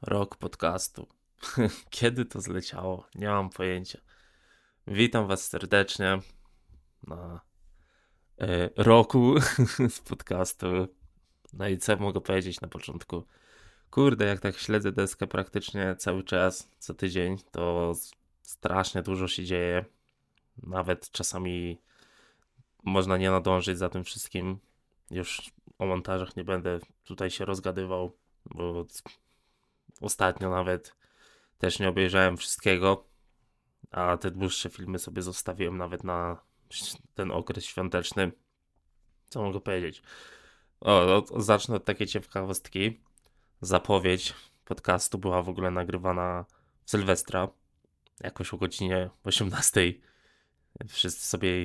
Rok podcastu. Kiedy to zleciało? Nie mam pojęcia. Witam Was serdecznie na roku z podcastu. No i co mogę powiedzieć na początku? Kurde, jak tak śledzę deskę praktycznie cały czas, co tydzień, to strasznie dużo się dzieje. Nawet czasami można nie nadążyć za tym wszystkim. Już o montażach nie będę tutaj się rozgadywał, bo ostatnio nawet też nie obejrzałem wszystkiego, a te dłuższe filmy sobie zostawiłem nawet na ten okres świąteczny. Co mogę powiedzieć? Zacznę od takiej ciekawostki. Zapowiedź podcastu była w ogóle nagrywana w Sylwestra, jakoś o godzinie 18. Wszyscy sobie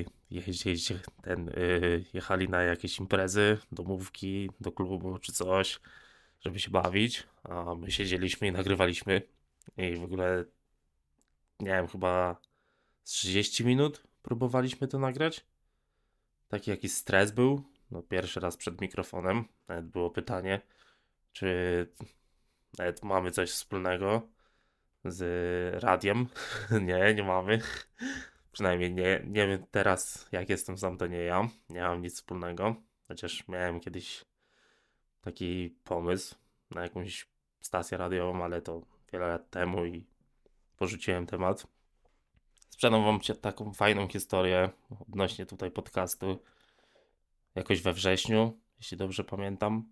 jechali na jakieś imprezy, domówki, do klubu czy coś, żeby się bawić, a my siedzieliśmy i nagrywaliśmy. I w ogóle, nie wiem, chyba z 30 minut próbowaliśmy to nagrać. Taki jakiś stres był. No, pierwszy raz przed mikrofonem. Nawet było pytanie, czy nawet mamy coś wspólnego z radiem. Nie mamy. Przynajmniej nie wiem teraz, jak jestem sam, to nie ja. Nie mam nic wspólnego. Chociaż miałem kiedyś taki pomysł na jakąś stację radiową, ale to wiele lat temu i porzuciłem temat. Sprzedam wam taką fajną historię odnośnie tutaj podcastu. Jakoś we wrześniu, jeśli dobrze pamiętam,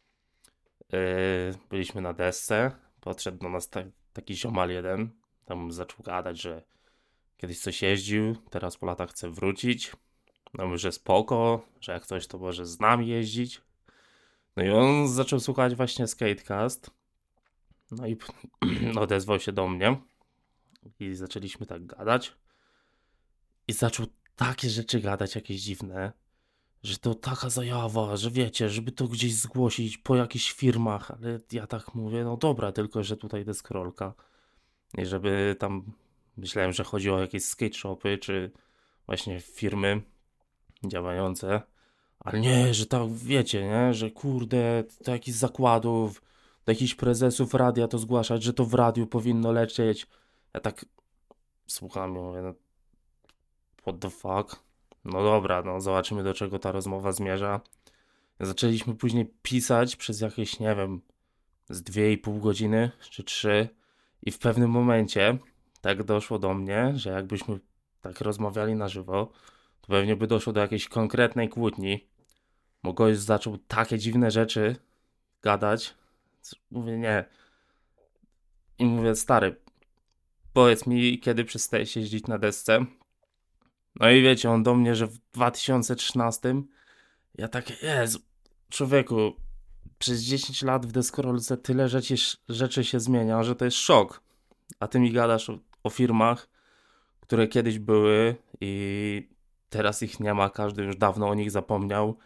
byliśmy na desce. Podszedł do nas taki ziomal jeden. Tam zaczął gadać, że kiedyś coś jeździł, teraz po latach chce wrócić. No mówię, że spoko, że jak coś to może z nami jeździć. No i on zaczął słuchać właśnie Skatecast. No i odezwał się do mnie. I zaczęliśmy tak gadać. I zaczął takie rzeczy gadać, jakieś dziwne, że to taka zajawa, że wiecie, żeby to gdzieś zgłosić po jakichś firmach, ale ja tak mówię, no dobra, tylko że tutaj deskorolka i żeby tam, myślałem, że chodzi o jakieś skate shopy, czy właśnie firmy działające, ale nie, że tak wiecie, nie, że kurde, do jakichś zakładów, do jakichś prezesów radia to zgłaszać, że to w radiu powinno lecieć. Ja tak słucham, mówię, no what the fuck. No dobra, no zobaczymy, do czego ta rozmowa zmierza. Zaczęliśmy później pisać przez jakieś, nie wiem, z 2,5 godziny czy 3 i w pewnym momencie tak doszło do mnie, że jakbyśmy tak rozmawiali na żywo, to pewnie by doszło do jakiejś konkretnej kłótni, bo gość zaczął takie dziwne rzeczy gadać. Mówię, nie. I mówię, stary, powiedz mi, kiedy przestajesz jeździć na desce? No i wiecie, on do mnie, że w 2013. Ja tak, Jezu, człowieku, przez 10 lat w deskorolce tyle rzeczy się zmienia, że to jest szok. A ty mi gadasz o firmach, które kiedyś były i teraz ich nie ma, każdy już dawno o nich zapomniał.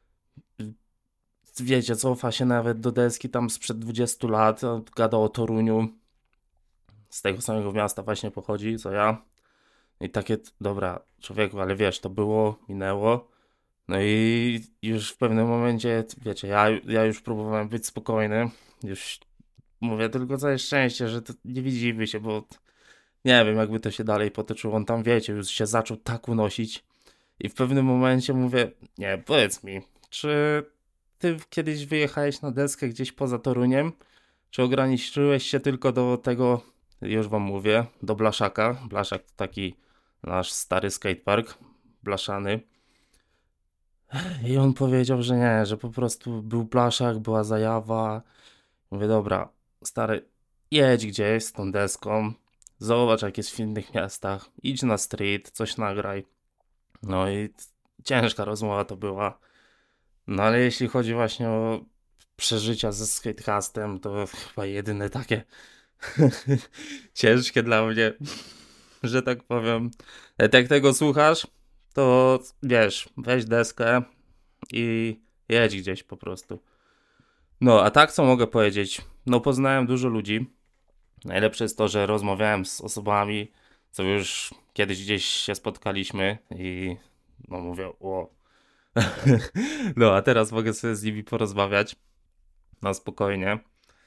Wiecie, cofa się nawet do deski tam sprzed 20 lat, gada o Toruniu, z tego samego miasta właśnie pochodzi, co ja. I takie, dobra, człowieku, ale wiesz, to było, minęło. No i już w pewnym momencie, wiecie, ja już próbowałem być spokojny. Już mówię tylko całe szczęście, że to nie widzimy się, bo nie wiem, jakby to się dalej potoczyło. On tam, wiecie, już się zaczął tak unosić. I w pewnym momencie mówię, nie, powiedz mi, czy ty kiedyś wyjechałeś na deskę gdzieś poza Toruniem? Czy ograniczyłeś się tylko do tego, już wam mówię, do Blaszaka? Blaszak to taki nasz stary skatepark, blaszany. I on powiedział, że nie, że po prostu był blaszak, była zajawa. Mówię, dobra, stary, jedź gdzieś z tą deską, zobacz jak jest w innych miastach, idź na street, coś nagraj. No i ciężka rozmowa to była. No ale jeśli chodzi właśnie o przeżycia ze skatecastem, to chyba jedyne takie ciężkie dla mnie, że tak powiem. Jak tego słuchasz, to wiesz, weź deskę i jedź gdzieś po prostu. No, a tak co mogę powiedzieć? No, poznałem dużo ludzi. Najlepsze jest to, że rozmawiałem z osobami, co już kiedyś gdzieś się spotkaliśmy i no mówię, o. No, a teraz mogę sobie z nimi porozmawiać na spokojnie.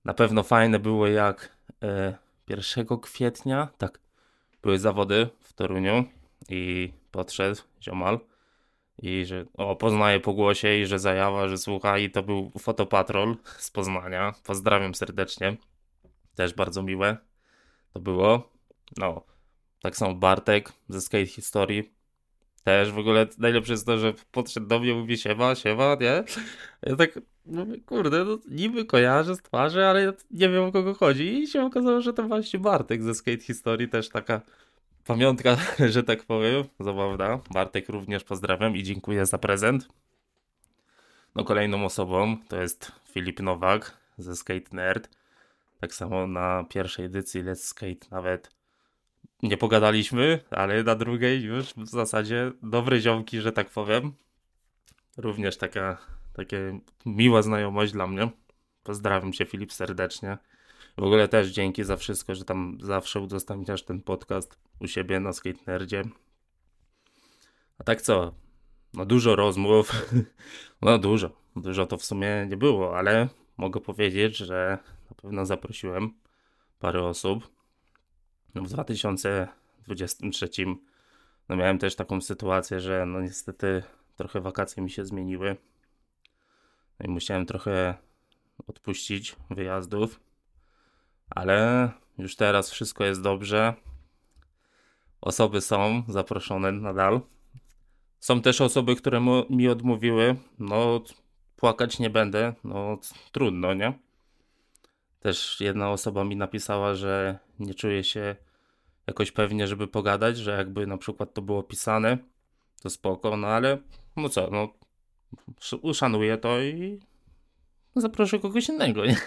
Na pewno fajne było jak 1 kwietnia, tak, były zawody w Toruniu i podszedł ziomal i że poznaje po głosie i że zajawa, że słucha i to był Fotopatrol z Poznania. Pozdrawiam serdecznie. Też bardzo miłe to było. No, tak samo Bartek ze Skate Historii. Też w ogóle najlepsze jest to, że podszedł do mnie, mówi siema, nie? Ja tak mówię, kurde, no niby kojarzę z twarzy, ale ja nie wiem o kogo chodzi. I się okazało, że to właśnie Bartek ze Skate Historii, też taka pamiątka, że tak powiem, zabawna. Bartek również pozdrawiam i dziękuję za prezent. No kolejną osobą to jest Filip Nowak ze Skate Nerd. Tak samo na pierwszej edycji Let's Skate nawet nie pogadaliśmy, ale na drugiej już w zasadzie dobre ziomki, że tak powiem. Również takie miła znajomość dla mnie. Pozdrawiam cię, Filip, serdecznie. W ogóle też dzięki za wszystko, że tam zawsze udostępniasz ten podcast u siebie na Skate Nerdzie. A tak co? No dużo rozmów. No dużo to w sumie nie było, ale mogę powiedzieć, że na pewno zaprosiłem parę osób. No w 2023 no miałem też taką sytuację, że no niestety trochę wakacje mi się zmieniły. No i musiałem trochę odpuścić wyjazdów, ale już teraz wszystko jest dobrze. Osoby są zaproszone nadal. Są też osoby, które mi odmówiły. No, płakać nie będę. No, trudno, nie? Też jedna osoba mi napisała, że nie czuje się jakoś pewnie, żeby pogadać, że jakby na przykład to było pisane, to spoko, no ale no co, no uszanuję to i zaproszę kogoś innego, nie?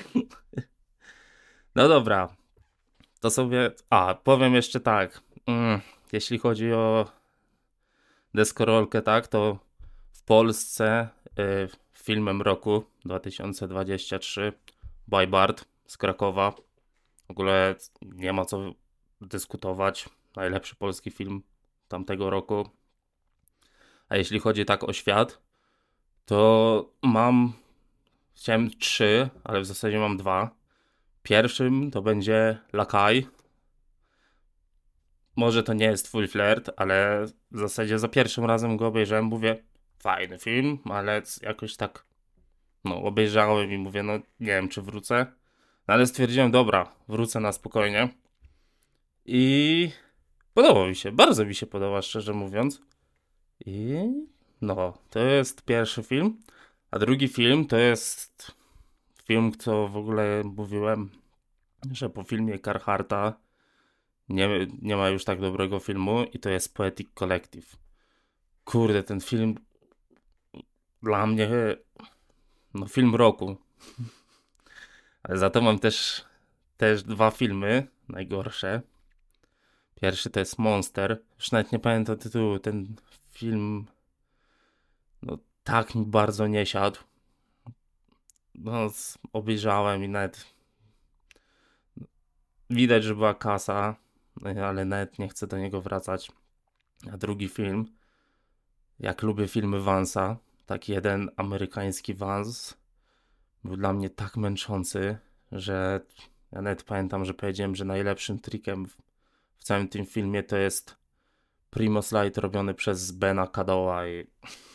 No dobra, to sobie... powiem jeszcze tak. Jeśli chodzi o deskorolkę, tak, to w Polsce filmem roku 2023 by Bart z Krakowa. W ogóle nie ma co dyskutować. Najlepszy polski film tamtego roku. A jeśli chodzi tak o świat, to chciałem 3, ale w zasadzie mam 2. Pierwszym to będzie Lakaj. Może to nie jest twój flirt, ale w zasadzie za pierwszym razem go obejrzałem, mówię, fajny film, ale jakoś tak, no obejrzałem i mówię, no nie wiem czy wrócę. No, ale stwierdziłem, dobra, wrócę na spokojnie. I podobał mi się, bardzo mi się podoba, szczerze mówiąc. I no, to jest pierwszy film. A drugi film to jest film, co w ogóle mówiłem, że po filmie Carharta nie ma już tak dobrego filmu i to jest Poetic Collective. Kurde, ten film dla mnie, no film roku. Ale za to mam też 2 filmy najgorsze. Pierwszy to jest Monster. Już nawet nie pamiętam tytułu. Ten film no tak mi bardzo nie siadł. No obejrzałem i nawet widać, że była kasa, no, ale nawet nie chcę do niego wracać. A drugi film, jak lubię filmy Vansa, tak jeden amerykański Vans był dla mnie tak męczący, że ja nawet pamiętam, że powiedziałem, że najlepszym trikiem w całym tym filmie to jest Primo Slide robiony przez Bena Cadowa i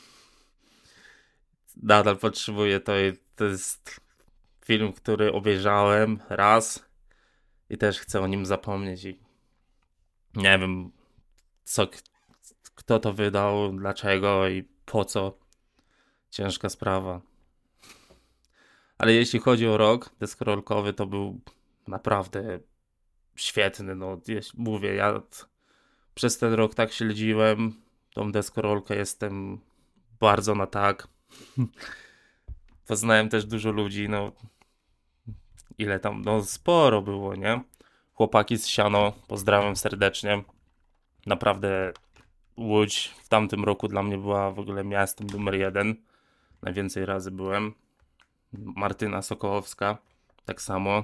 nadal potrzebuję to i to jest film, który obejrzałem raz i też chcę o nim zapomnieć i nie wiem kto to wydał, dlaczego i po co. Ciężka sprawa. Ale jeśli chodzi o rok deskorolkowy, to był naprawdę świetny. No, mówię, ja przez ten rok tak śledziłem tą deskorolkę, jestem bardzo na tak. Poznałem też dużo ludzi, no ile tam, no sporo było, nie? Chłopaki z Siano, pozdrawiam serdecznie. Naprawdę Łódź w tamtym roku dla mnie była w ogóle miastem numer 1. Najwięcej razy byłem. Martyna Sokołowska, tak samo.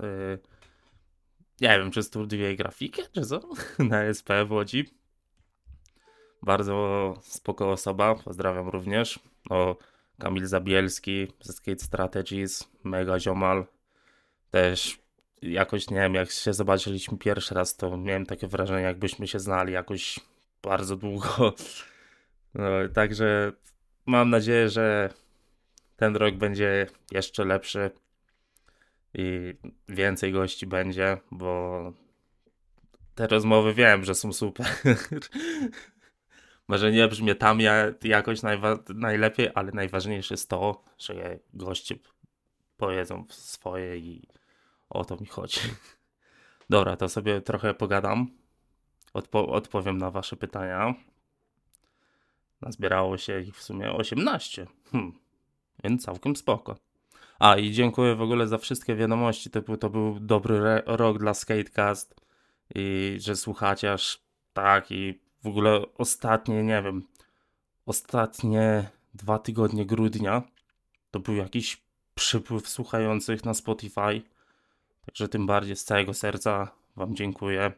Nie wiem, czy studiuje grafikę, czy co? Na SP w Łodzi. Bardzo spoko osoba, pozdrawiam również. Kamil Zabielski ze Skate Strategies, mega ziomal. Też jakoś, nie wiem, jak się zobaczyliśmy pierwszy raz, to miałem takie wrażenie, jakbyśmy się znali jakoś bardzo długo. No, także mam nadzieję, że ten rok będzie jeszcze lepszy i więcej gości będzie, bo te rozmowy wiem, że są super. Może nie brzmi tam jakoś najlepiej, ale najważniejsze jest to, że goście powiedzą swoje i o to mi chodzi. Dobra, to sobie trochę pogadam. Odpowiem na wasze pytania. Nazbierało się ich w sumie 18. Więc całkiem spoko. A i dziękuję w ogóle za wszystkie wiadomości. To był dobry rok dla Skatecast. I że słuchacie aż tak. I w ogóle ostatnie, nie wiem, ostatnie 2 tygodnie grudnia to był jakiś przypływ słuchających na Spotify. Także tym bardziej z całego serca wam dziękuję.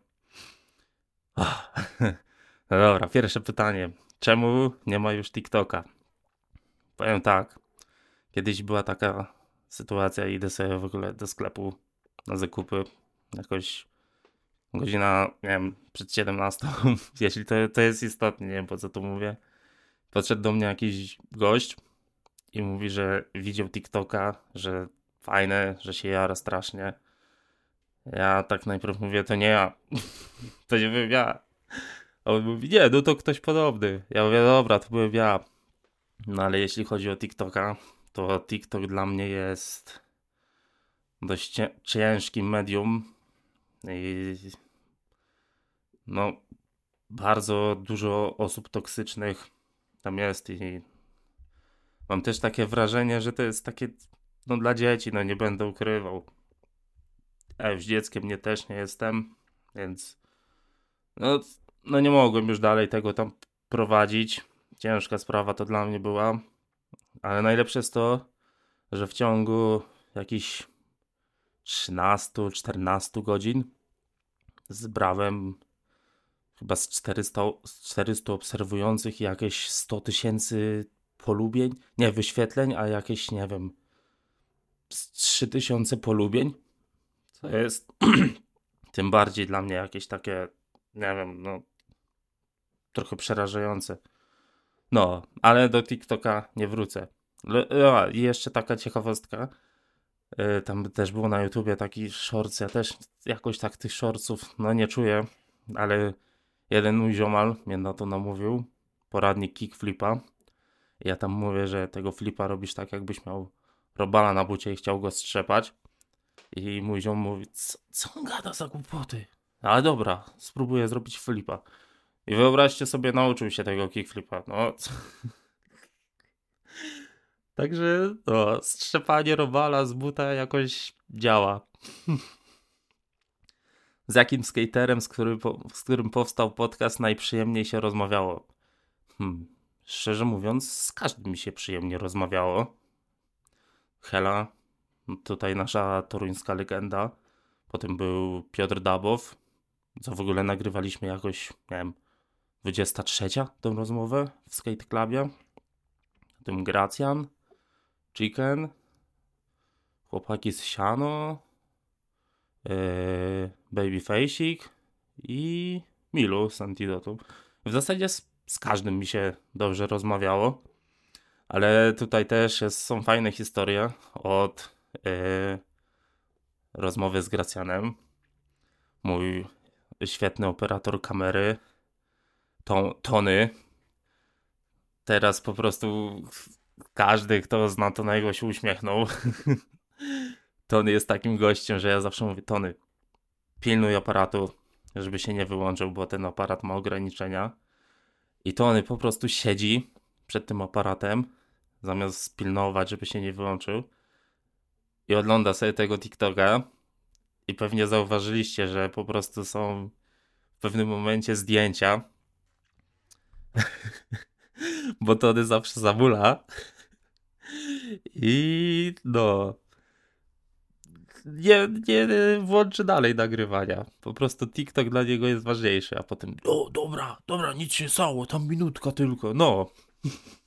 No dobra, pierwsze pytanie. Czemu nie ma już TikToka? Powiem tak. Kiedyś była taka sytuacja, idę sobie w ogóle do sklepu na zakupy. Jakoś godzina, nie wiem, przed 17. Jeśli to jest istotne, nie wiem po co to mówię. Podszedł do mnie jakiś gość i mówi, że widział TikToka, że fajne, że się jara strasznie. Ja tak najpierw mówię, to nie ja. To nie byłem ja. A on mówi, nie, no to ktoś podobny. Ja mówię, dobra, to byłem ja. No ale jeśli chodzi o TikToka, to TikTok dla mnie jest dość ciężkim medium i no bardzo dużo osób toksycznych tam jest i mam też takie wrażenie, że to jest takie no dla dzieci, no nie będę ukrywał. Ja już dzieckiem nie też nie jestem, więc no nie mogłem już dalej tego tam prowadzić. Ciężka sprawa to dla mnie była, ale najlepsze jest to, że w ciągu jakichś 13-14 godzin zbrałem chyba z 400 obserwujących i jakieś 100 000 polubień, nie wyświetleń, a jakieś, nie wiem, z 3000 polubień, co jest tym bardziej dla mnie jakieś takie, nie wiem, no trochę przerażające. No, ale do TikToka nie wrócę. I jeszcze taka ciekawostka. Tam też było na YouTubie taki shorts, ja też jakoś tak tych shortsów, no nie czuję, ale jeden mój ziomal mnie na to namówił, poradnik kickflipa. Ja tam mówię, że tego flipa robisz tak, jakbyś miał robala na bucie i chciał go strzepać. I mój ziom mówi, co on gada za głupoty? Ale dobra, spróbuję zrobić flipa. I wyobraźcie sobie, nauczył się tego kickflipa. No, także no, strzepanie robala z buta jakoś działa. Z jakim skaterem, z którym powstał podcast, najprzyjemniej się rozmawiało? Szczerze mówiąc, z każdym mi się przyjemnie rozmawiało. Hela, tutaj nasza toruńska legenda. Potem był Piotr Dabow, co w ogóle nagrywaliśmy jakoś, nie wiem, 23 tę rozmowę w Skate Clubie. Potem Gracjan, Chicken, chłopaki z Siano, Babyfaceik i Milu z Antidotum. W zasadzie z każdym mi się dobrze rozmawiało, ale tutaj też są fajne historie od rozmowy z Gracjanem. Mój świetny operator kamery, Tony. Teraz po prostu każdy, kto zna Tonego, się uśmiechnął. Tony jest takim gościem, że ja zawsze mówię, Tony, pilnuj aparatu, żeby się nie wyłączył, bo ten aparat ma ograniczenia. I Tony po prostu siedzi przed tym aparatem, zamiast pilnować, żeby się nie wyłączył, i ogląda sobie tego TikToka. I pewnie zauważyliście, że po prostu są w pewnym momencie zdjęcia, bo Tony zawsze zamula. I no, nie włączy dalej nagrywania. Po prostu TikTok dla niego jest ważniejszy, a potem o, dobra, nic się stało, tam minutka tylko, no.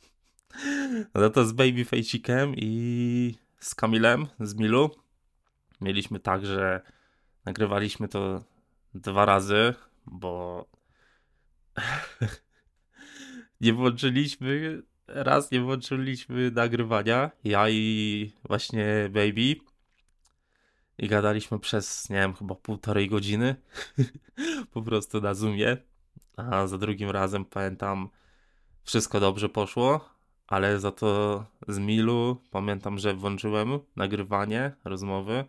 No to z Babyface'ikiem i z Kamilem, z Milu mieliśmy tak, że nagrywaliśmy to 2 razy, bo nie włączyliśmy nagrywania, ja i właśnie Baby, i gadaliśmy przez, nie wiem, chyba 1,5 godziny po prostu na Zoomie, a za drugim razem pamiętam, wszystko dobrze poszło, ale za to z Milu pamiętam, że włączyłem nagrywanie rozmowy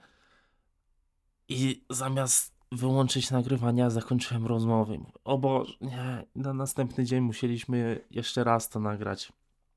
i zamiast wyłączyć nagrywania zakończyłem rozmowę. I mówię, o Boże, nie, na następny dzień musieliśmy jeszcze raz to nagrać.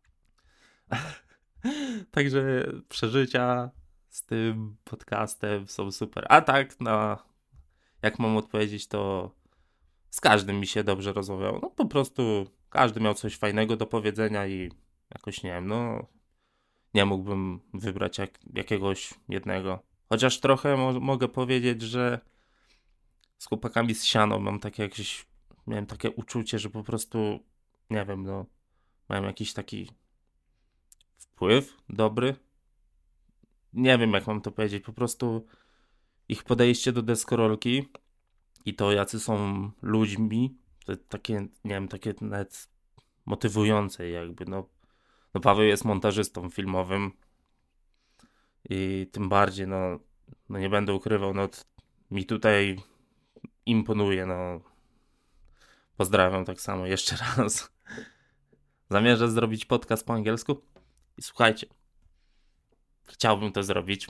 Także przeżycia z tym podcastem są super. A tak, jak mam odpowiedzieć, to z każdym mi się dobrze rozmawiało. No po prostu każdy miał coś fajnego do powiedzenia i jakoś nie wiem, no nie mógłbym wybrać jakiegoś jednego. Chociaż trochę mogę powiedzieć, że z chłopakami z Siano miałem takie uczucie, że po prostu, nie wiem, no mają jakiś taki wpływ dobry. Nie wiem, jak mam to powiedzieć, po prostu ich podejście do deskorolki i to, jacy są ludźmi, to takie, nie wiem, takie nawet motywujące jakby, no Paweł jest montażystą filmowym i tym bardziej, no nie będę ukrywał, mi tutaj imponuje, pozdrawiam tak samo jeszcze raz. Zamierzę zrobić podcast po angielsku i słuchajcie, chciałbym to zrobić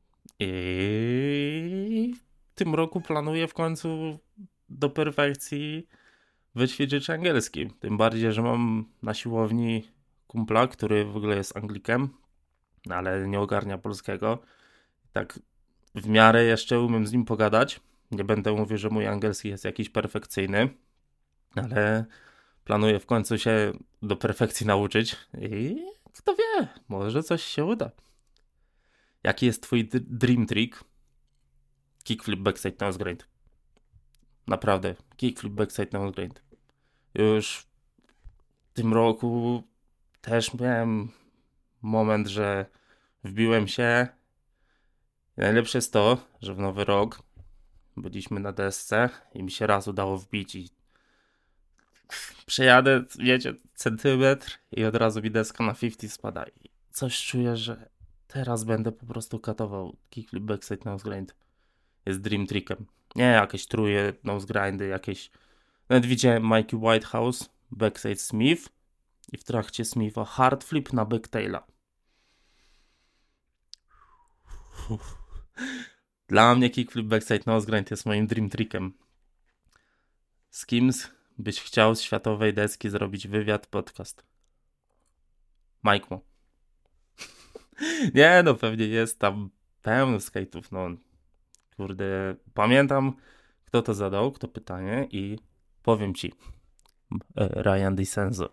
i w tym roku planuję w końcu do perfekcji wyćwiczyć angielski. Tym bardziej, że mam na siłowni kumpla, który w ogóle jest Anglikiem, ale nie ogarnia polskiego. Tak w miarę jeszcze umiem z nim pogadać. Nie będę mówił, że mój angielski jest jakiś perfekcyjny, ale planuję w końcu się do perfekcji nauczyć i kto wie, może coś się uda. Jaki jest twój dream trick? Kickflip backside nose grind. Naprawdę, kickflip backside nose grind. Już w tym roku też miałem moment, że wbiłem się. Najlepsze jest to, że w nowy rok byliśmy na desce i mi się raz udało wbić i przejadę, wiecie, centymetr i od razu mi deska na 50 spada. I coś czuję, że teraz będę po prostu katował kickflip backside nose grind. Jest dream trickiem. Nie jakieś truje nose grindy, jakieś... Nawet widziałem Mikey Whitehouse, backside Smith i w trakcie Smitha hard flip na backtaila. Dla mnie kickflip backside nose grind jest moim dream trickiem. Z kim byś chciał z światowej deski zrobić wywiad, podcast? Mike Mo. Nie, no pewnie jest tam pełno skate'ów, no. Kurde, pamiętam, kto to zadał, kto pytanie i powiem ci. Ryan DiCenzo.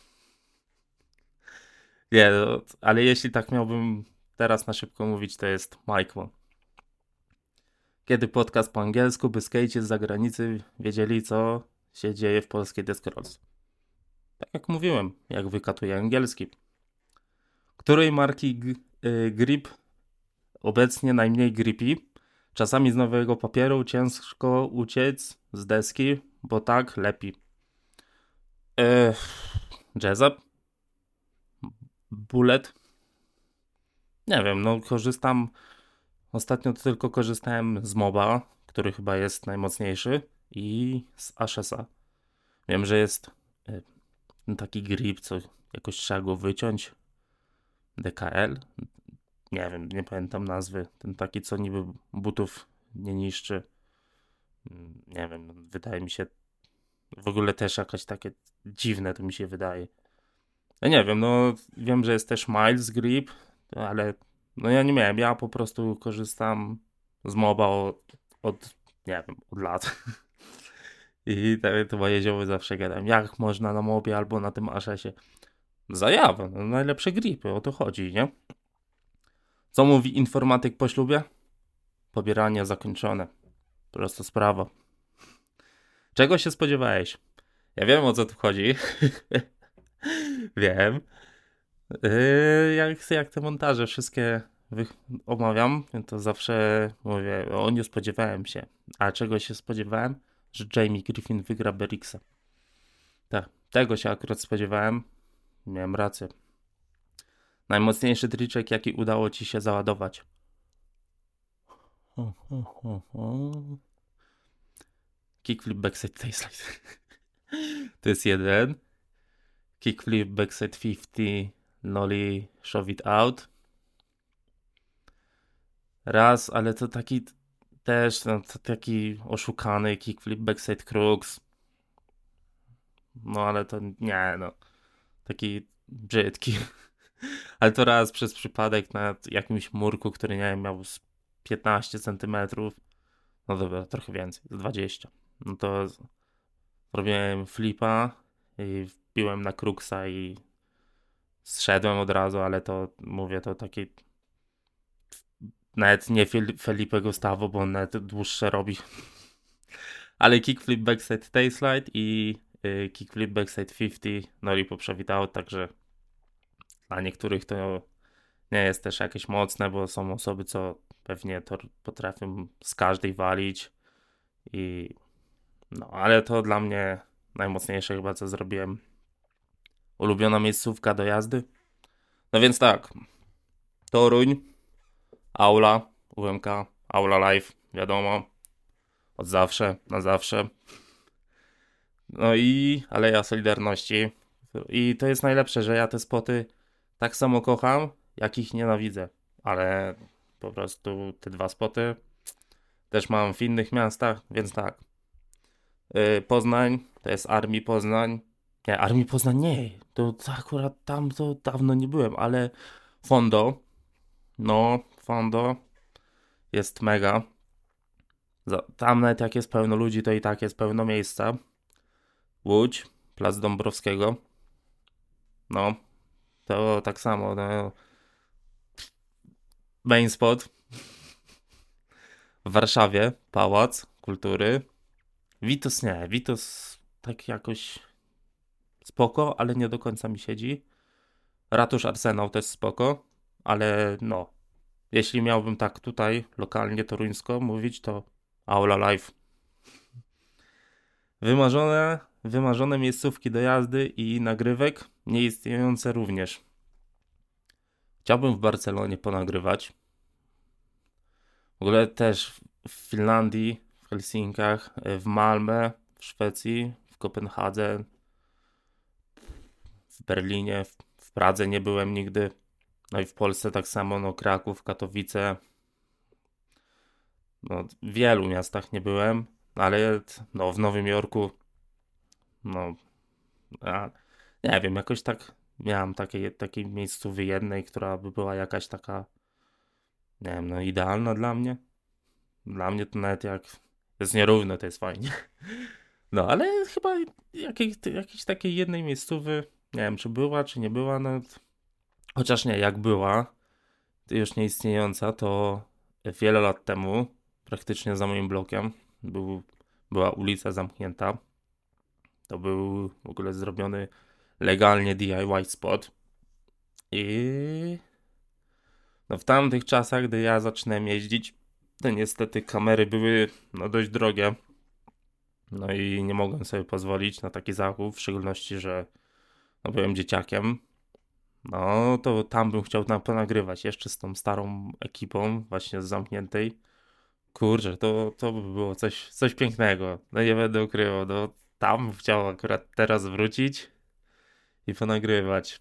Nie, no, ale jeśli tak miałbym teraz na szybko mówić, to jest Mike Mo. Kiedy podcast po angielsku, by skejcie z zagranicy wiedzieli, co się dzieje w polskiej deskorolce. Tak jak mówiłem, jak wykatuję angielski. Której marki grip obecnie najmniej grippy? Czasami z nowego papieru ciężko uciec z deski, bo tak lepiej. Jazzup? Bullet? Nie wiem, no korzystam... Ostatnio to tylko korzystałem z Moba, który chyba jest najmocniejszy, i z Ashesa. Wiem, że jest taki grip, co jakoś trzeba go wyciąć. DKL? Nie wiem, nie pamiętam nazwy. Ten taki, co niby butów nie niszczy. Nie wiem, wydaje mi się w ogóle też jakaś takie dziwne to mi się wydaje. No nie wiem, no wiem, że jest też Miles Grip, ale no ja nie miałem, ja po prostu korzystam z Moba nie wiem, od lat. I to moje zioły zawsze gadam, jak można na Mobie albo na tym Ashesie. Zajawa, no najlepsze gripy, o to chodzi, nie? Co mówi informatyk po ślubie? Pobieranie zakończone. Prosta sprawa. Czego się spodziewałeś? Ja wiem, o co tu chodzi. Wiem. Jak te montaże wszystkie omawiam, to zawsze mówię, o nie spodziewałem się. A czego się spodziewałem? Że Jamie Griffin wygra Berixa. Tak, tego się akurat spodziewałem. Miałem rację. Najmocniejszy triczek, jaki udało ci się załadować. Kickflip backside tailslide. To jest jeden. Kickflip backside 50. Nollie shove it out. Raz, ale to taki też, no, to taki oszukany kickflip backside crux. No ale to nie, no. Taki brzydki. Ale to raz przez przypadek na jakimś murku, który nie wiem, miał z 15 centymetrów. No dobra, trochę więcej, z 20. No to zrobiłem flipa i wbiłem na cruksa i zszedłem od razu, ale to mówię, to taki nawet nie Felipe Gustavo, bo on nawet dłuższe robi. Ale kickflip backside tailslide i kickflip backside 50 noli poprzewitało, także dla niektórych to nie jest też jakieś mocne, bo są osoby, co pewnie to potrafią z każdej walić i no, ale to dla mnie najmocniejsze chyba, co zrobiłem. Ulubiona miejscówka do jazdy? No więc tak, Toruń, Aula, UMK, Aula Live, wiadomo, od zawsze, na zawsze. No i Aleja Solidarności. I to jest najlepsze, że ja te spoty tak samo kocham, jak ich nienawidzę. Ale po prostu te dwa spoty też mam w innych miastach, więc tak. Poznań, to jest Armii Poznań. Nie, Armii Poznań nie. To akurat tam to dawno nie byłem, ale Fondo. No, Fondo jest mega. Tam nawet jak jest pełno ludzi, to i tak jest pełno miejsca. Łódź, Plac Dąbrowskiego. No, to tak samo. No. Main spot w Warszawie, Pałac Kultury. Witos nie, Witos tak jakoś spoko, ale nie do końca mi siedzi. Ratusz Arsenał też spoko, ale no, jeśli miałbym tak tutaj lokalnie toruńsko mówić, to Aula Live. Wymarzone miejscówki do jazdy i nagrywek, nieistniejące również. Chciałbym w Barcelonie ponagrywać. W ogóle też w Finlandii, w Helsinkach, w Malmę, w Szwecji, w Kopenhadze, w Berlinie, w Pradze nie byłem nigdy. No i w Polsce tak samo, no Kraków, Katowice. No, w wielu miastach nie byłem, ale no, w Nowym Jorku, no, a, nie wiem, jakoś tak miałem takiej miejscowej jednej, która by była jakaś taka, nie wiem, no idealna dla mnie. Dla mnie to nawet jak jest nierówne, to jest fajnie. No, ale chyba jakiejś takiej jednej miejscowy, nie wiem, czy była, czy nie była, no, chociaż nie, jak była, to już nieistniejąca, to wiele lat temu, praktycznie za moim blokiem, była ulica zamknięta. To był w ogóle zrobiony legalnie DIY spot. I no w tamtych czasach, gdy ja zaczynałem jeździć, to niestety kamery były no dość drogie. No i nie mogłem sobie pozwolić na taki zakup, w szczególności, że no byłem dzieciakiem. No to tam bym chciał ponagrywać jeszcze z tą starą ekipą właśnie z zamkniętej. Kurczę, to by było coś pięknego. No nie będę ukrywał, no tam bym chciał akurat teraz wrócić i ponagrywać.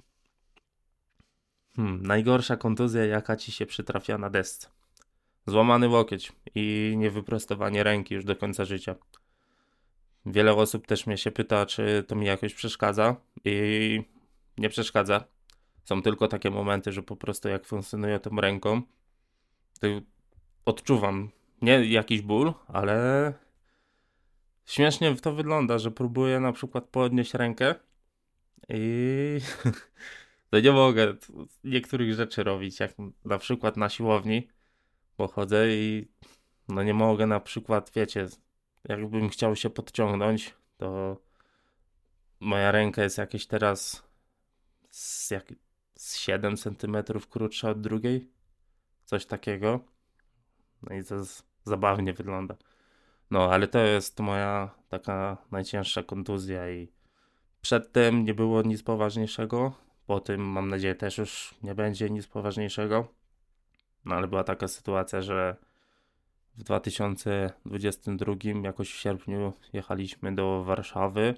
Najgorsza kontuzja, jaka ci się przytrafia na desce. Złamany łokieć i niewyprostowanie ręki już do końca życia. Wiele osób też mnie się pyta, czy to mi jakoś przeszkadza i nie przeszkadza. Są tylko takie momenty, że po prostu jak funkcjonuję tą ręką, to odczuwam nie jakiś ból, ale śmiesznie to wygląda, że próbuję na przykład podnieść rękę i to nie mogę niektórych rzeczy robić, jak na przykład na siłowni, bo chodzę i no nie mogę na przykład, wiecie, jakbym chciał się podciągnąć, to moja ręka jest jakieś teraz z 7 centymetrów krótsza od drugiej. coś takiego. No i to zabawnie wygląda. No, ale to jest moja taka najcięższa kontuzja i przedtem nie było nic poważniejszego. Po tym mam nadzieję też już nie będzie nic poważniejszego. No ale była taka sytuacja, że w 2022 jakoś w sierpniu jechaliśmy do Warszawy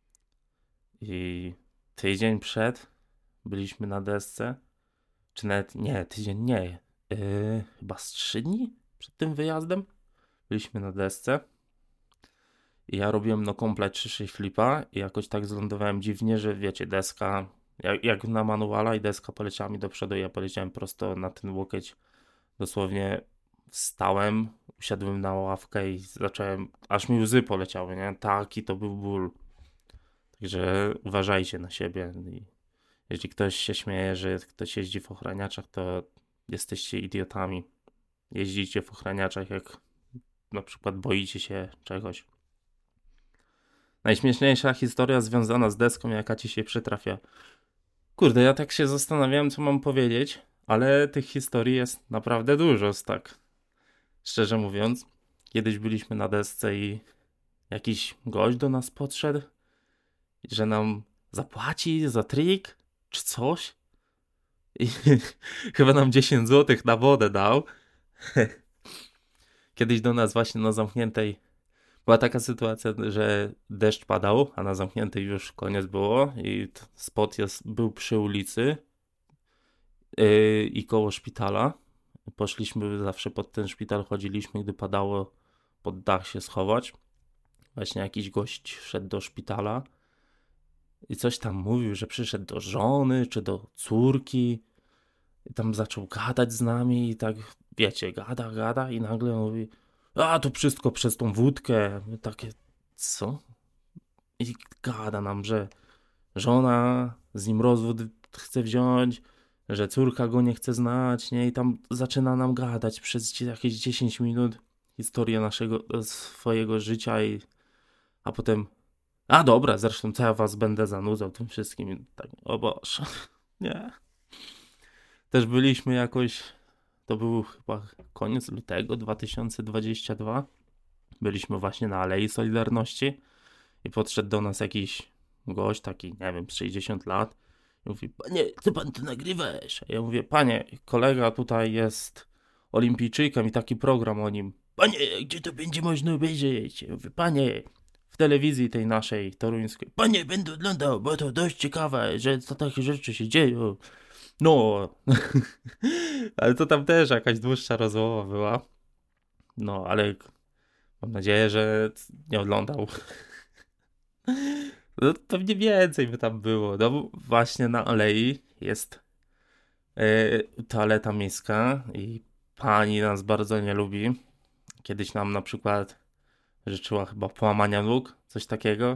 i tydzień przed byliśmy na desce. Czy nawet nie, tydzień nie. Chyba z 3 dni przed tym wyjazdem byliśmy na desce. I ja robiłem no komplet 3 flipa i jakoś tak zlądowałem dziwnie, że wiecie, deska, jak na manuala i deska poleciała mi do przodu, ja poleciałem prosto na ten łokieć. Dosłownie wstałem, usiadłem na ławkę i zacząłem, aż mi łzy poleciały, nie? Taki to był ból. Także uważajcie na siebie. I jeśli ktoś się śmieje, że ktoś jeździ w ochraniaczach, to jesteście idiotami. Jeździcie w ochraniaczach, jak na przykład boicie się czegoś. Najśmieszniejsza historia związana z deską, jaka ci się przytrafia. Kurde, ja tak się zastanawiałem, co mam powiedzieć, ale tych historii jest naprawdę dużo, tak szczerze mówiąc. Kiedyś byliśmy na desce i jakiś gość do nas podszedł, że nam zapłaci za trik, czy coś. I chyba nam 10 złotych na wodę dał. Kiedyś do nas właśnie na zamkniętej była taka sytuacja, że deszcz padał, a na zamkniętej już koniec było i spot był przy ulicy i koło szpitala. Poszliśmy zawsze pod ten szpital, chodziliśmy, gdy padało, pod dach się schować. Właśnie jakiś gość wszedł do szpitala i coś tam mówił, że przyszedł do żony czy do córki i tam zaczął gadać z nami i tak, wiecie, gada i nagle mówi: a to wszystko przez tą wódkę. My takie, co? I gada nam, że żona z nim rozwód chce wziąć, że córka go nie chce znać, nie? I tam zaczyna nam gadać przez jakieś 10 minut historię swojego życia a potem, a dobra, zresztą co ja was będę zanudzał tym wszystkim. I tak, o Boże, nie. Też byliśmy jakoś, to był chyba koniec lutego 2022. Byliśmy właśnie na Alei Solidarności i podszedł do nas jakiś gość, taki, nie wiem, 60 lat. I mówi: panie, co pan tu nagrywasz? A ja mówię: panie, kolega tutaj jest olimpijczykiem i taki program o nim. Panie, gdzie to będzie można obejrzeć? Ja mówię: panie, w telewizji tej naszej toruńskiej. Panie, będę oglądał, bo to dość ciekawe, że co takie rzeczy się dzieją. No, ale to tam też jakaś dłuższa rozmowa była. No, ale mam nadzieję, że nie oglądał. No, pewnie więcej by tam było. No, właśnie na Alei jest toaleta miejska i pani nas bardzo nie lubi. Kiedyś nam na przykład życzyła chyba połamania nóg, coś takiego.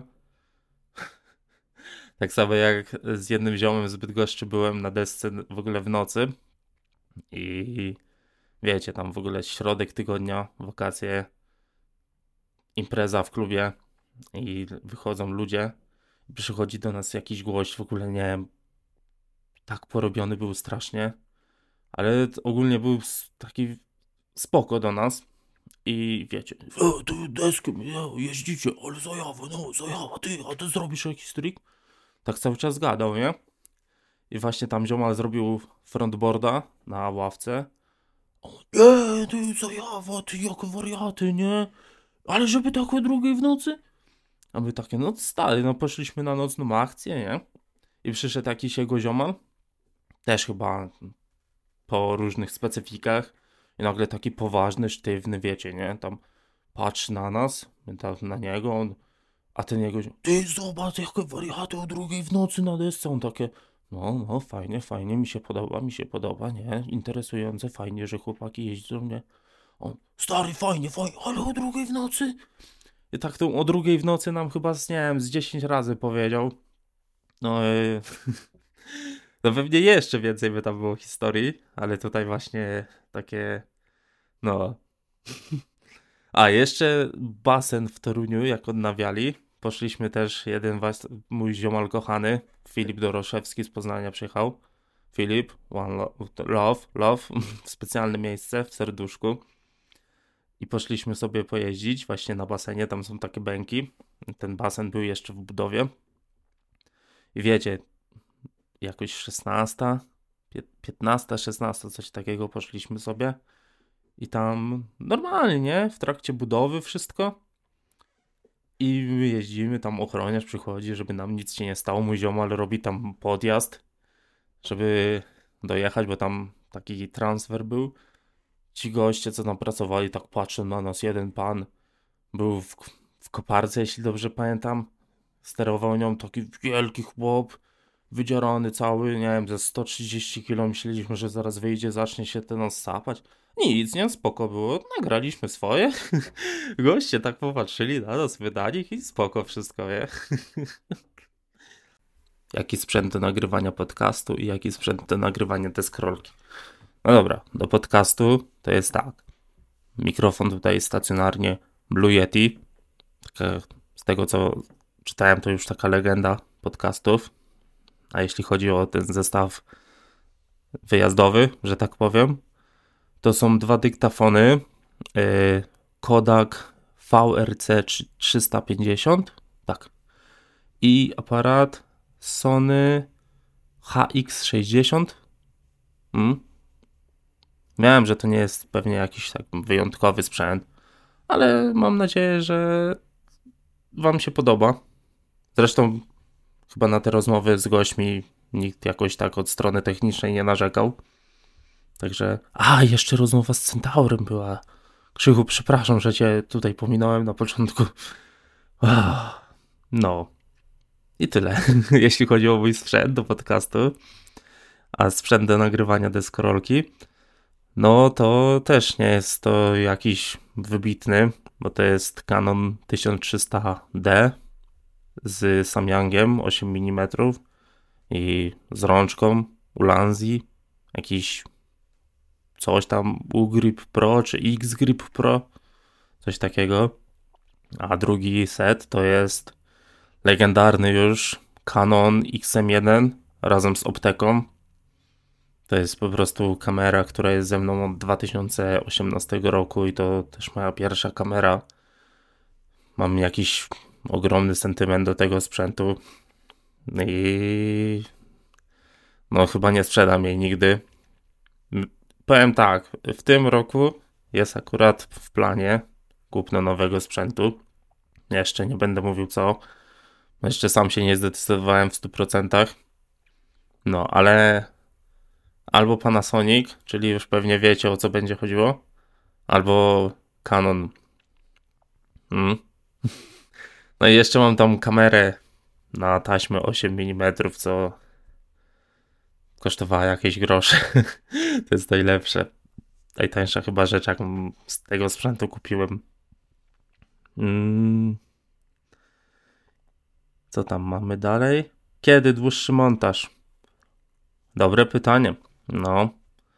Tak samo jak z jednym ziomem z Bydgoszczy byłem na desce w ogóle w nocy i wiecie, tam w ogóle środek tygodnia, wakacje, impreza w klubie i wychodzą ludzie. Przychodzi do nas jakiś gość, w ogóle nie wiem, tak porobiony był strasznie, ale ogólnie był taki spoko do nas i wiecie, tu deskę, jeździcie, ale zajawa, no zajawa, a ty zrobisz jakiś trik? Tak cały czas gadał, nie? I właśnie tam ziomal zrobił frontboarda na ławce. O nie, ty zajawa, ty jak wariaty, nie? Ale żeby tak o 2 w nocy? A my takie, no stary, no poszliśmy na nocną akcję, nie? I przyszedł jakiś jego ziomal, też chyba po różnych specyfikach i nagle taki poważny, sztywny, wiecie, nie? Tam patrzy na nas, my tak na niego, a ten jego ziomal: ty zobacz, jakie wariaty o 2 w nocy na desce. On takie, no, fajnie, mi się podoba, nie? Interesujące, fajnie, że chłopaki jeźdzą, nie? On: stary, fajnie, ale o 2 w nocy? I tak tą o 2 w nocy nam chyba, nie wiem, z 10 razy powiedział. No, no pewnie jeszcze więcej by tam było historii, ale tutaj właśnie takie, no. A jeszcze basen w Toruniu, jak odnawiali, poszliśmy też, mój ziomal kochany, Filip Doroszewski z Poznania przyjechał. Filip, One Love, w specjalne miejsce w serduszku. I poszliśmy sobie pojeździć właśnie na basenie, tam są takie bęki. Ten basen był jeszcze w budowie. I wiecie, jakoś 15, 16, coś takiego poszliśmy sobie. I tam normalnie, nie? W trakcie budowy wszystko. I my jeździmy, tam ochroniarz przychodzi, żeby nam nic się nie stało. Mój ziomal robi tam podjazd, żeby dojechać, bo tam taki transfer był. Ci goście, co tam pracowali, tak patrzą na nas. Jeden pan był w koparce, jeśli dobrze pamiętam. Sterował nią taki wielki chłop, wydzierany cały, nie wiem, ze 130 kg. Myśleliśmy, że zaraz wyjdzie, zacznie się ten nas sapać. Nic, nie, spoko było. Nagraliśmy swoje. Goście tak popatrzyli na nas, wydali i spoko wszystko, nie? Jaki sprzęt do nagrywania podcastu i jaki sprzęt do nagrywania deskorolki. No dobra, do podcastu to jest tak. Mikrofon tutaj stacjonarnie Blue Yeti. Z tego co czytałem, to już taka legenda podcastów. A jeśli chodzi o ten zestaw wyjazdowy, że tak powiem, to są 2 dyktafony Kodak VRC 350, tak, i aparat Sony HX60. Miałem, że to nie jest pewnie jakiś tak wyjątkowy sprzęt, ale mam nadzieję, że wam się podoba. Zresztą chyba na te rozmowy z gośćmi nikt jakoś tak od strony technicznej nie narzekał. Także... jeszcze rozmowa z Centaurem była. Krzychu, przepraszam, że cię tutaj pominąłem na początku. No. I tyle, jeśli chodzi o mój sprzęt do podcastu. A sprzęt do nagrywania deskorolki, no to też nie jest to jakiś wybitny, bo to jest Canon 1300D z Samyangiem 8 mm i z rączką Ulanzi, jakiś coś tam U-Grip Pro czy X-Grip Pro, coś takiego. A drugi set to jest legendarny już Canon XM1 razem z optyką. To jest po prostu kamera, która jest ze mną od 2018 roku i to też moja pierwsza kamera. Mam jakiś ogromny sentyment do tego sprzętu i no chyba nie sprzedam jej nigdy. Powiem tak, w tym roku jest akurat w planie kupno nowego sprzętu. Jeszcze nie będę mówił co. Jeszcze sam się nie zdecydowałem w 100%. No, ale albo Panasonic, czyli już pewnie wiecie, o co będzie chodziło, albo Canon. No i jeszcze mam tam kamerę na taśmę 8 mm, co kosztowała jakieś grosze. To jest najlepsze. Najtańsza chyba rzecz, jaką z tego sprzętu kupiłem. Co tam mamy dalej? Kiedy dłuższy montaż? Dobre pytanie. No.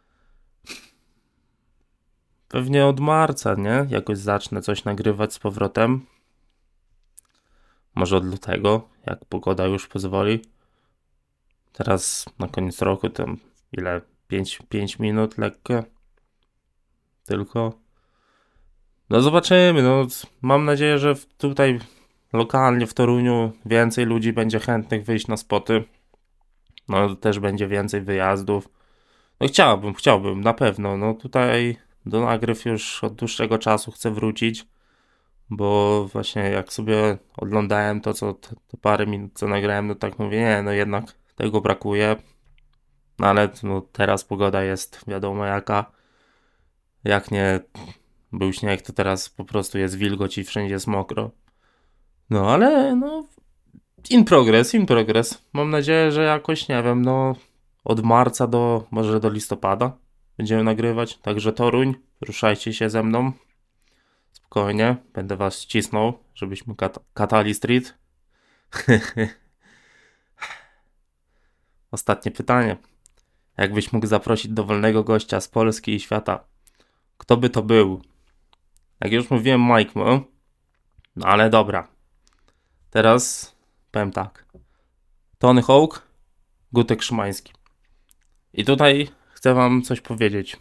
Pewnie od marca, nie? Jakoś zacznę coś nagrywać z powrotem. Może od lutego, jak pogoda już pozwoli. Teraz na koniec roku to ile? 5 minut lekko. Tylko. No zobaczymy. No, mam nadzieję, że tutaj lokalnie w Toruniu więcej ludzi będzie chętnych wyjść na spoty. No też będzie więcej wyjazdów. No chciałbym na pewno. No tutaj do nagryw już od dłuższego czasu chcę wrócić, bo właśnie jak sobie oglądałem to parę minut co nagrałem, no tak mówię, nie, no jednak tego brakuje. No ale no, teraz pogoda jest wiadomo jaka. Jak nie był śnieg, to teraz po prostu jest wilgoć i wszędzie jest mokro. No ale no in progress. Mam nadzieję, że jakoś, nie wiem, no od marca może do listopada będziemy nagrywać. Także Toruń, ruszajcie się ze mną. Spokojnie, będę was cisnął, żebyśmy katali street. Ostatnie pytanie. Jakbyś mógł zaprosić dowolnego gościa z Polski i świata, kto by to był? Jak już mówiłem, Mike Mo. No ale dobra. Teraz powiem tak. Tony Hawk, Gutek Szymański. I tutaj chcę wam coś powiedzieć.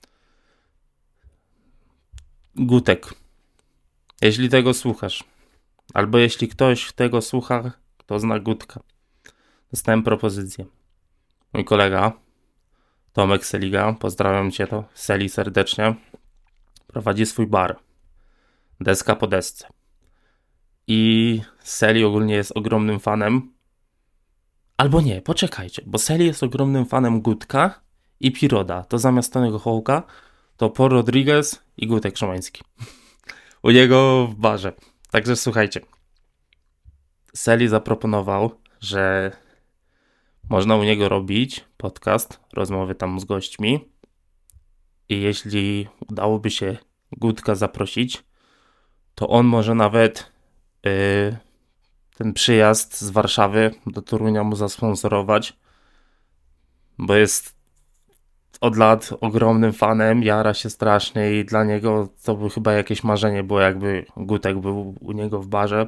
Gutek, jeśli tego słuchasz, albo jeśli ktoś tego słucha, kto zna Gutka, dostałem propozycję. Mój kolega Tomek Seliga, pozdrawiam cię to, Seli serdecznie, prowadzi swój bar. Deska po desce. I Seli ogólnie jest ogromnym fanem. Albo nie, poczekajcie, bo Seli jest ogromnym fanem Gutka i Piroda. To zamiast Tonego Hołka to Paul Rodriguez i Gutek Szymański. U niego w barze. Także słuchajcie. Seli zaproponował, że można u niego robić podcast, rozmowy tam z gośćmi. I jeśli udałoby się Gutka zaprosić, to on może nawet ten przyjazd z Warszawy do Torunia mu zasponsorować, bo jest od lat ogromnym fanem, jara się strasznie i dla niego to by chyba jakieś marzenie było, jakby Gutek był u niego w barze.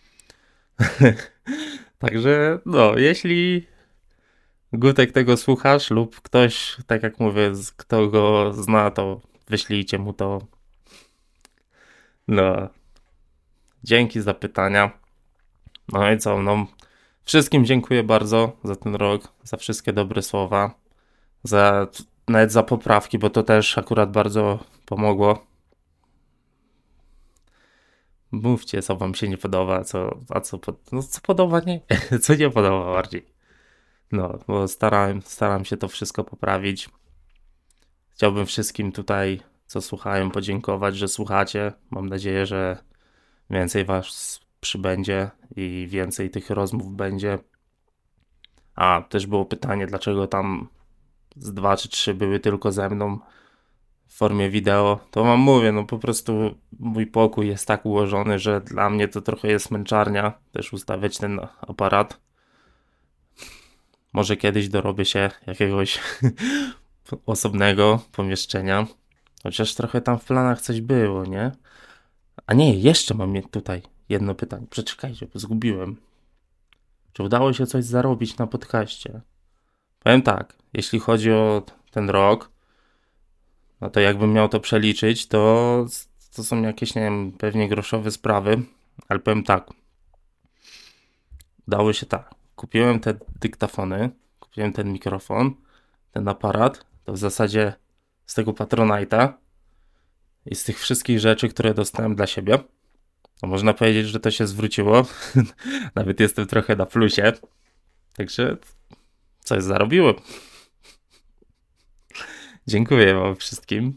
Także no, jeśli Gutek tego słuchasz lub ktoś, tak jak mówię, kto go zna, to wyślijcie mu to. No, dzięki za pytania. No i co, no wszystkim dziękuję bardzo za ten rok, za wszystkie dobre słowa, nawet za poprawki, bo to też akurat bardzo pomogło. Mówcie, co wam się nie podoba, co podoba, nie, co nie podoba bardziej. No, bo staram się to wszystko poprawić. Chciałbym wszystkim tutaj, co słuchają, podziękować, że słuchacie. Mam nadzieję, że więcej was przybędzie i więcej tych rozmów będzie. A, też było pytanie, dlaczego tam z 2 czy 3 były tylko ze mną w formie wideo. To wam mówię, no po prostu mój pokój jest tak ułożony, że dla mnie to trochę jest męczarnia też ustawiać ten aparat. Może kiedyś dorobię się jakiegoś osobnego pomieszczenia. Chociaż trochę tam w planach coś było, nie? A nie, jeszcze mam tutaj jedno pytanie. Przeczekajcie, bo zgubiłem. Czy udało się coś zarobić na podcaście? Powiem tak, jeśli chodzi o ten rok, no to jakbym miał to przeliczyć, to są jakieś, nie wiem, pewnie groszowe sprawy, ale powiem tak. Udało się tak. Kupiłem te dyktafony, kupiłem ten mikrofon, ten aparat, to w zasadzie z tego Patronite'a i z tych wszystkich rzeczy, które dostałem dla siebie, to można powiedzieć, że to się zwróciło. Nawet jestem trochę na plusie. Także coś zarobiłem. Dziękuję wam wszystkim.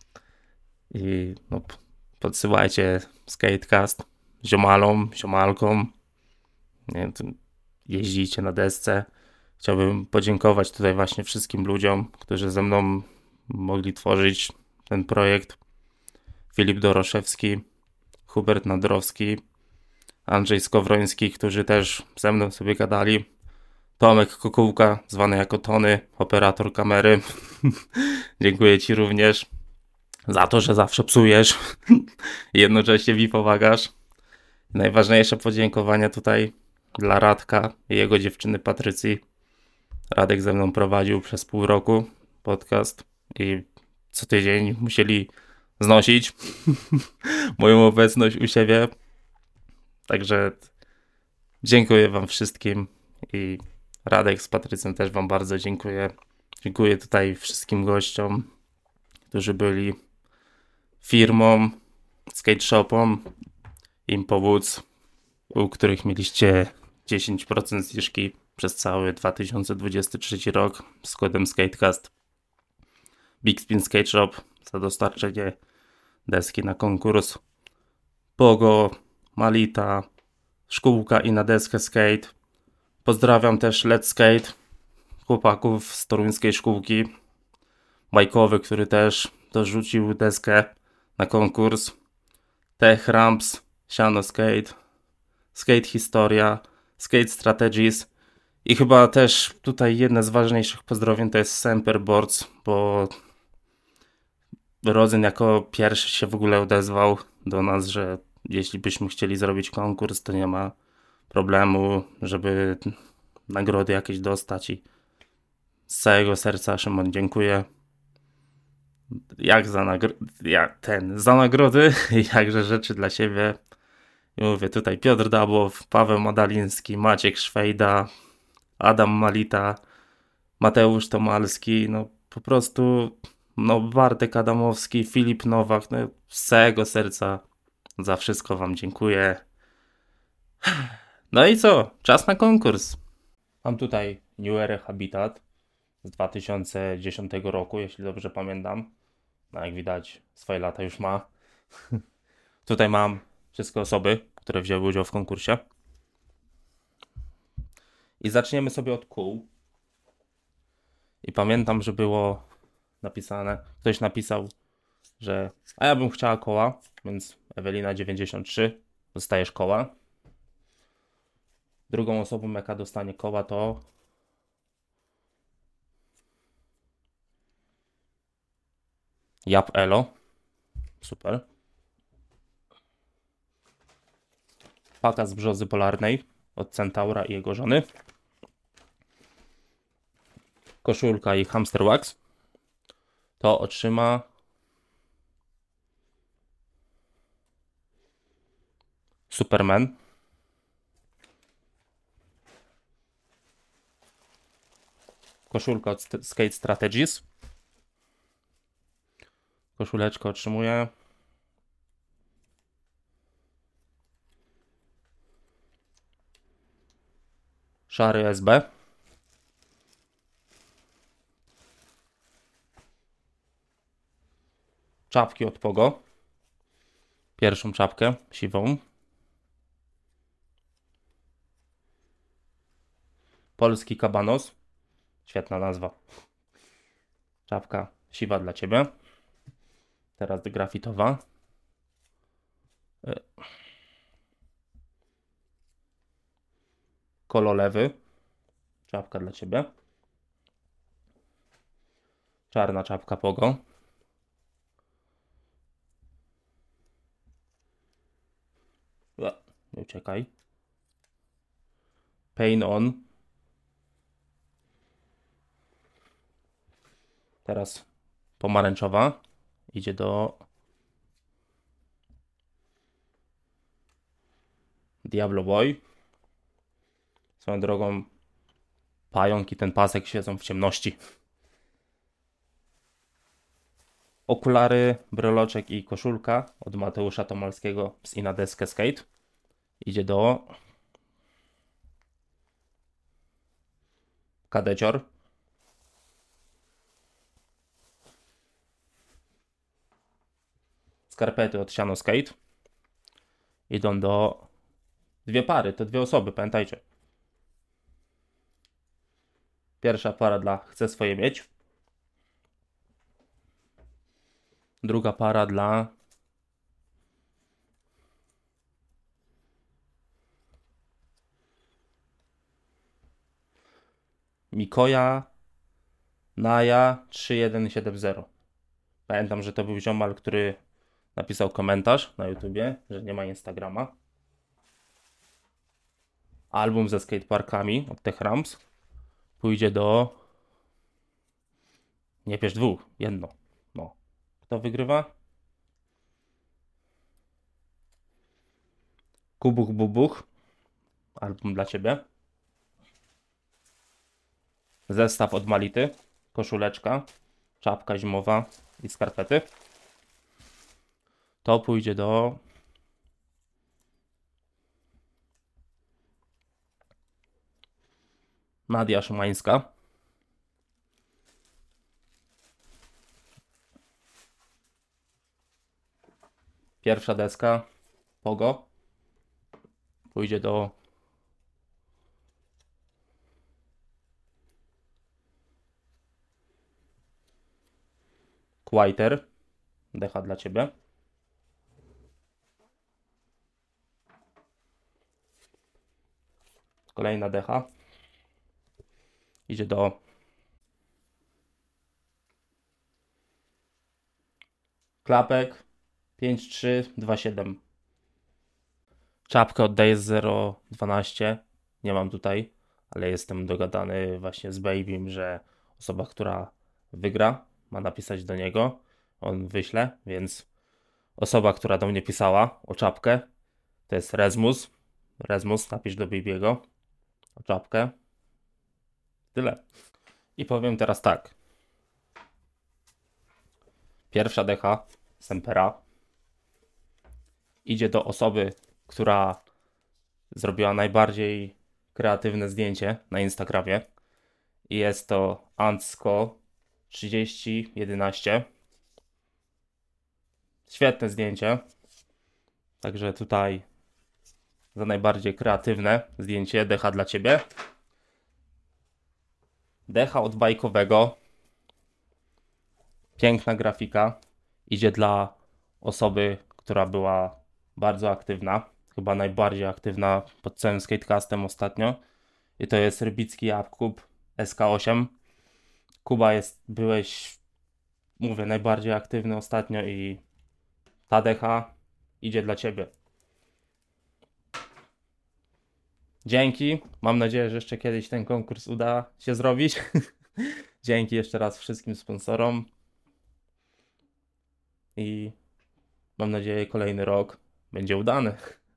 I no, podsyłajcie Skatecast ziomalom, ziomalkom. Nie, jeździcie na desce. Chciałbym podziękować tutaj właśnie wszystkim ludziom, którzy ze mną mogli tworzyć ten projekt. Filip Doroszewski, Hubert Nadrowski, Andrzej Skowroński, którzy też ze mną sobie gadali. Tomek Kokułka, zwany jako Tony, operator kamery. Dziękuję ci również za to, że zawsze psujesz i jednocześnie mi pomagasz. Najważniejsze podziękowania tutaj dla Radka i jego dziewczyny Patrycji. Radek ze mną prowadził przez pół roku podcast i co tydzień musieli znosić moją obecność u siebie. Także dziękuję wam wszystkim i Radek z Patrycją też wam bardzo dziękuję. Dziękuję tutaj wszystkim gościom, którzy byli firmom, skate shopom, im pomóc, u których mieliście 10% zniżki przez cały 2023 rok z kodem SKATECAST. Big Spin Skate Shop za dostarczenie deski na konkurs. Pogo, Malita, Szkółka i na deskę skate. Pozdrawiam też Let's Skate, chłopaków z toruńskiej szkółki. Majkowy, który też dorzucił deskę na konkurs. Tech Ramps, Siano Skate, Skate Historia, Skate Strategies i chyba też tutaj jedne z ważniejszych pozdrowień to jest Semper Boards, bo Rodzyn jako pierwszy się w ogóle odezwał do nas, że jeśli byśmy chcieli zrobić konkurs, to nie ma problemu, żeby nagrody jakieś dostać i Z całego serca, Szymon, dziękuję. Jak za nagrody, jakże rzeczy dla siebie. I mówię tutaj Piotr Dabłow, Paweł Madaliński, Maciek Szwejda, Adam Malita, Mateusz Tomalski, no po prostu Bartek Adamowski, Filip Nowak, no z całego serca za wszystko wam dziękuję. No i co? Czas na konkurs. Mam tutaj New Era Habitat z 2010 roku, jeśli dobrze pamiętam. No jak widać, swoje lata już ma. Tutaj mam wszystkie osoby, które wzięły udział w konkursie. I zaczniemy sobie od kół. I pamiętam, że było napisane, ktoś napisał, że a ja bym chciała koła, więc Ewelina 93, dostajesz koła. Drugą osobą, jaka dostanie koła, to Jap Elo. Super. Paka z brzozy polarnej od Centaura i jego żony. Koszulka i hamster wax. To otrzyma Superman. Koszulka od Skate Strategies. Koszuleczkę otrzymuje Szary SB. Czapki od Pogo. Pierwszą czapkę siwą. Polski Kabanos. Świetna nazwa. Czapka siwa dla ciebie. Teraz grafitowa. Kololewy. Czapka dla ciebie. Czarna czapka Pogo. Nie uciekaj. Pain on. Teraz pomarańczowa. Idzie do Diablo Boy. Swoją drogą pająk i ten pasek siedzą w ciemności. Okulary, breloczek i koszulka od Mateusza Tomalskiego z Inadeskę Skate. Idzie do Kadecior. Skarpety od Siano Skate. Idą do dwie pary, to dwie osoby, pamiętajcie. Pierwsza para dla Chcę swoje mieć. Druga para dla Mikoja Naja 3170. Pamiętam, że to był ziomal, który napisał komentarz na YouTubie, że nie ma Instagrama. Album ze skateparkami od Tech Rams pójdzie do... Nie bierz dwóch, jedno. No. Kto wygrywa? Kubuch Bubuch. Album dla ciebie. Zestaw od Mality. Koszuleczka, czapka zimowa i skarpety. To pójdzie do Nadia Szymańska. Pierwsza deska Pogo pójdzie do Quieter. Decha dla ciebie. Kolejna decha idzie do Klapek 5327. Czapkę oddaję z 012. Nie mam tutaj, ale jestem dogadany właśnie z Babym, że osoba, która wygra, ma napisać do niego, on wyśle, więc osoba, która do mnie pisała o czapkę, to jest Rezmus. Rezmus, napisz do Bibiego o czapkę. Tyle. I powiem teraz tak. Pierwsza decha Sempera idzie do osoby, która zrobiła najbardziej kreatywne zdjęcie na Instagramie. I jest to Antsko 3011. Świetne zdjęcie. Także tutaj za najbardziej kreatywne zdjęcie decha dla Ciebie. Decha od bajkowego. Piękna grafika. Idzie dla osoby, która była bardzo aktywna. Chyba najbardziej aktywna pod całym skatecastem ostatnio. I to jest Rybicki Jakub SK8. Kuba, byłeś, mówię, najbardziej aktywny ostatnio i ta decha idzie dla Ciebie. Dzięki. Mam nadzieję, że jeszcze kiedyś ten konkurs uda się zrobić. Dzięki jeszcze raz wszystkim sponsorom. I mam nadzieję, kolejny rok będzie udany.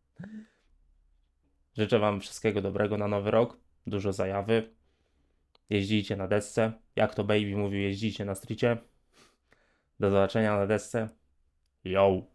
Życzę Wam wszystkiego dobrego na nowy rok. Dużo zajawy. Jeździcie na desce. Jak to Baby mówił, jeździcie na streetie. Do zobaczenia na desce. Yo!